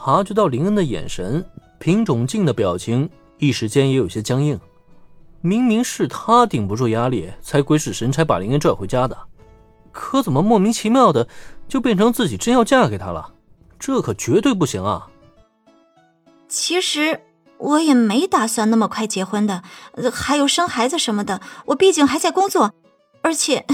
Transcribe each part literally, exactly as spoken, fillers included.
察觉到林恩的眼神，品种静的表情一时间也有些僵硬。明明是他顶不住压力才鬼使神差把林恩拽回家的，可怎么莫名其妙的就变成自己真要嫁给他了？这可绝对不行啊！ 其实我也没打算那么快结婚的，还有生孩子什么的，我毕竟还在工作，而且……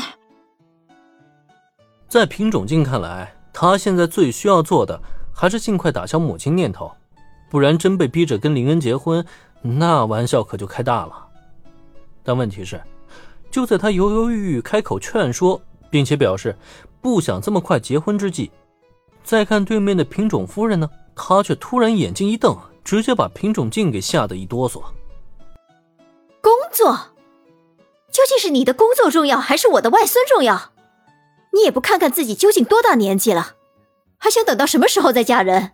在品种静看来，他现在最需要做的还是尽快打消母亲念头，不然真被逼着跟林恩结婚，那玩笑可就开大了。但问题是，就在他犹犹豫豫开口劝说，并且表示不想这么快结婚之际，再看对面的品种夫人呢，她却突然眼睛一瞪，直接把品种静给吓得一哆嗦。 工作？究竟是你的工作重要，还是我的外孙重要？你也不看看自己究竟多大年纪了，还想等到什么时候再嫁人？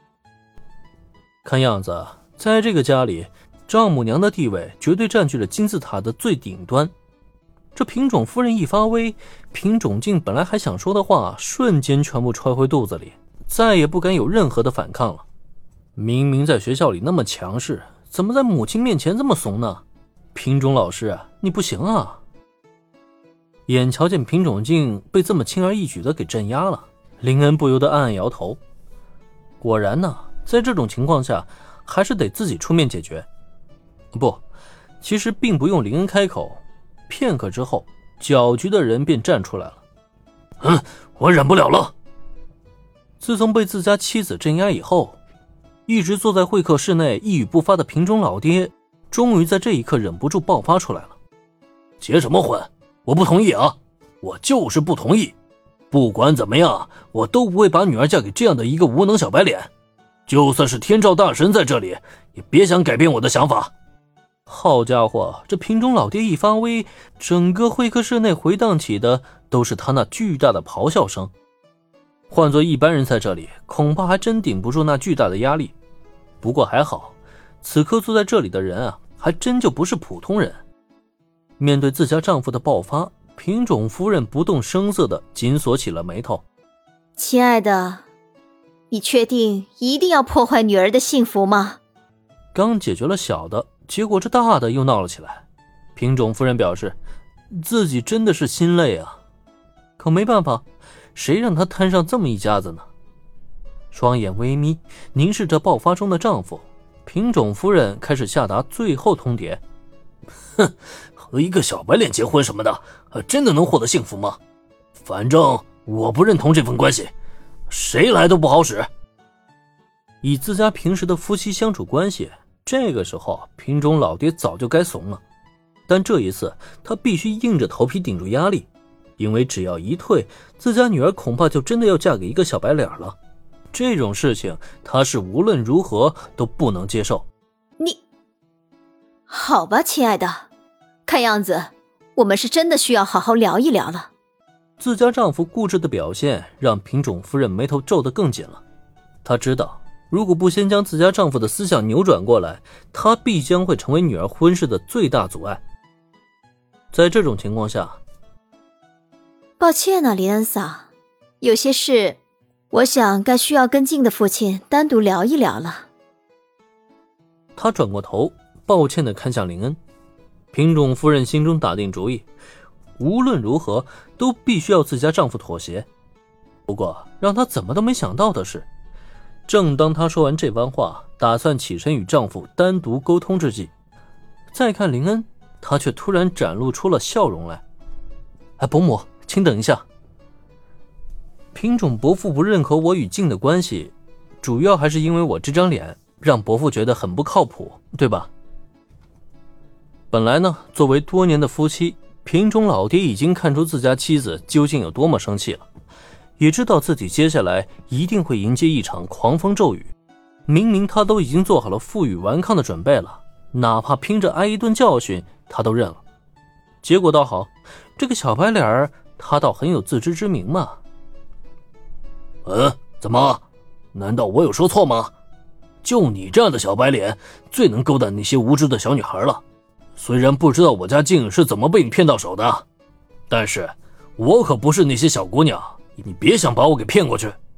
看样子，在这个家里，丈母娘的地位绝对占据了金字塔的最顶端。这品种夫人一发威，品种静本来还想说的话瞬间全部揣回肚子里，再也不敢有任何的反抗了。明明在学校里那么强势，怎么在母亲面前这么怂呢？品种老师，你不行啊！眼瞧见品种静被这么轻而易举的给镇压了，林恩不由得暗暗摇头。果然呢，在这种情况下还是得自己出面解决。不，其实并不用林恩开口，片刻之后，搅局的人便站出来了。嗯，我忍不了了。自从被自家妻子镇压以后，一直坐在会客室内一语不发的品种老爹，终于在这一刻忍不住爆发出来了。结什么婚？我不同意啊！我就是不同意。不管怎么样，我都不会把女儿嫁给这样的一个无能小白脸。就算是天照大神在这里，也别想改变我的想法。好家伙，这品种老爹一发威，整个会客室内回荡起的都是他那巨大的咆哮声。换做一般人在这里，恐怕还真顶不住那巨大的压力。不过还好，此刻坐在这里的人啊，还真就不是普通人。面对自家丈夫的爆发，品种夫人不动声色地紧锁起了眉头。 亲爱的，你确定一定要破坏女儿的幸福吗？ 刚解决了小的，结果这大的又闹了起来。品种夫人表示自己真的是心累啊，可没办法，谁让她摊上这么一家子呢？双眼微眯，凝视着爆发中的丈夫，品种夫人开始下达最后通牒。哼，和一个小白脸结婚什么的，真的能获得幸福吗？反正我不认同这份关系，谁来都不好使。以自家平时的夫妻相处关系，这个时候品种老爹早就该怂了，但这一次他必须硬着头皮顶住压力，因为只要一退，自家女儿恐怕就真的要嫁给一个小白脸了。这种事情他是无论如何都不能接受。 你好吧，亲爱的，看样子我们是真的需要好好聊一聊了。 自家丈夫固执的表现让品种夫人眉头皱得更紧了。她知道如果不先将自家丈夫的思想扭转过来，她必将会成为女儿婚事的最大阻碍。在这种情况下， 抱歉啊，林恩嫂，有些事我想该需要跟静的父亲单独聊一聊了。 她转过头，抱歉地看向林恩。品种夫人心中打定主意，无论如何都必须要自家丈夫妥协。不过让她怎么都没想到的是，正当她说完这番话，打算起身与丈夫单独沟通之际，再看林恩，她却突然展露出了笑容来。哎，伯母，请等一下。品种伯父不认可我与静的关系，主要还是因为我这张脸让伯父觉得很不靠谱，对吧？本来呢，作为多年的夫妻，品种老爹已经看出自家妻子究竟有多么生气了，也知道自己接下来一定会迎接一场狂风骤雨。明明他都已经做好了负隅顽抗的准备了，哪怕拼着挨一顿教训他都认了。结果倒好，这个小白脸儿他倒很有自知之明嘛。嗯，怎么？难道我有说错吗？就你这样的小白脸最能勾搭那些无知的小女孩了。虽然不知道我家静是怎么被你骗到手的，但是我可不是那些小姑娘，你别想把我给骗过去。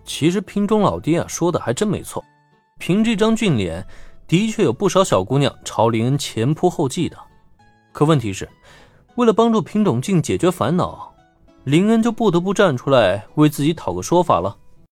其实品种老爹啊说的还真没错，凭这张俊脸，的确有不少小姑娘朝林恩前仆后继的。可问题是，为了帮助品种静解决烦恼，林恩就不得不站出来为自己讨个说法了。